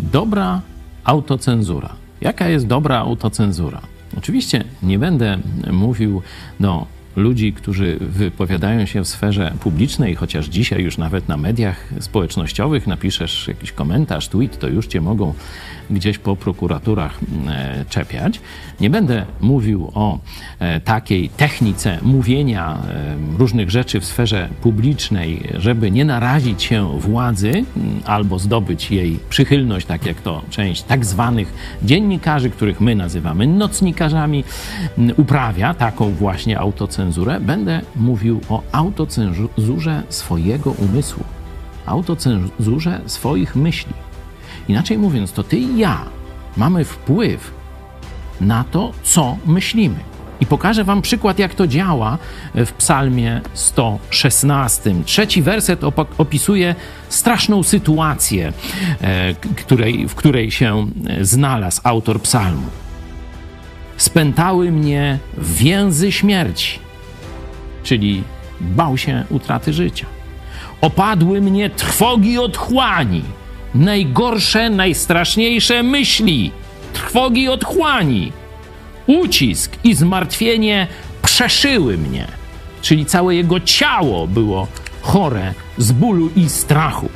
dobra autocenzura. Jaka jest dobra autocenzura? Oczywiście nie będę mówił do ludzi, którzy wypowiadają się w sferze publicznej, chociaż dzisiaj już nawet na mediach społecznościowych napiszesz jakiś komentarz, tweet, to już cię mogą gdzieś po prokuraturach czepiać. Nie będę mówił o takiej technice mówienia różnych rzeczy w sferze publicznej, żeby nie narazić się władzy albo zdobyć jej przychylność, tak jak to część tak zwanych dziennikarzy, których my nazywamy nocnikarzami, uprawia taką właśnie autocenzurę. Będę mówił o autocenzurze swojego umysłu, autocenzurze swoich myśli. Inaczej mówiąc, to ty i ja mamy wpływ na to, co myślimy. I pokażę wam przykład, jak to działa w Psalmie 116. 3 werset opisuje straszną sytuację, w której się znalazł autor psalmu. Spętały mnie więzy śmierci, czyli bał się utraty życia. Opadły mnie trwogi otchłani, najgorsze, najstraszniejsze myśli, trwogi otchłani. Ucisk i zmartwienie przeszyły mnie, czyli całe jego ciało było chore z bólu i strachu.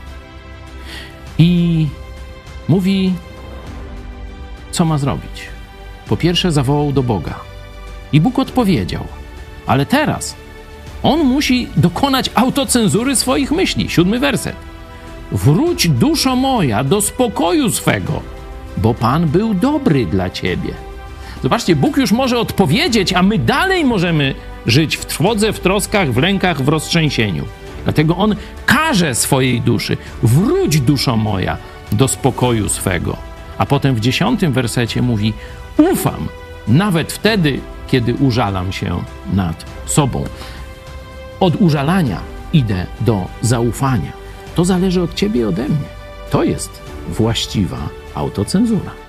I mówi, co ma zrobić. Po pierwsze zawołał do Boga i Bóg odpowiedział, ale teraz on musi dokonać autocenzury swoich myśli. 7 werset. Wróć, duszo moja, do spokoju swego, bo Pan był dobry dla ciebie. Zobaczcie, Bóg już może odpowiedzieć, a my dalej możemy żyć w trwodze, w troskach, w lękach, w roztrzęsieniu. Dlatego On każe swojej duszy, wróć, duszo moja, do spokoju swego. A potem w 10 wersecie mówi, ufam, nawet wtedy, kiedy użalam się nad sobą. Od użalania idę do zaufania. To zależy od ciebie i ode mnie. To jest właściwa autocenzura.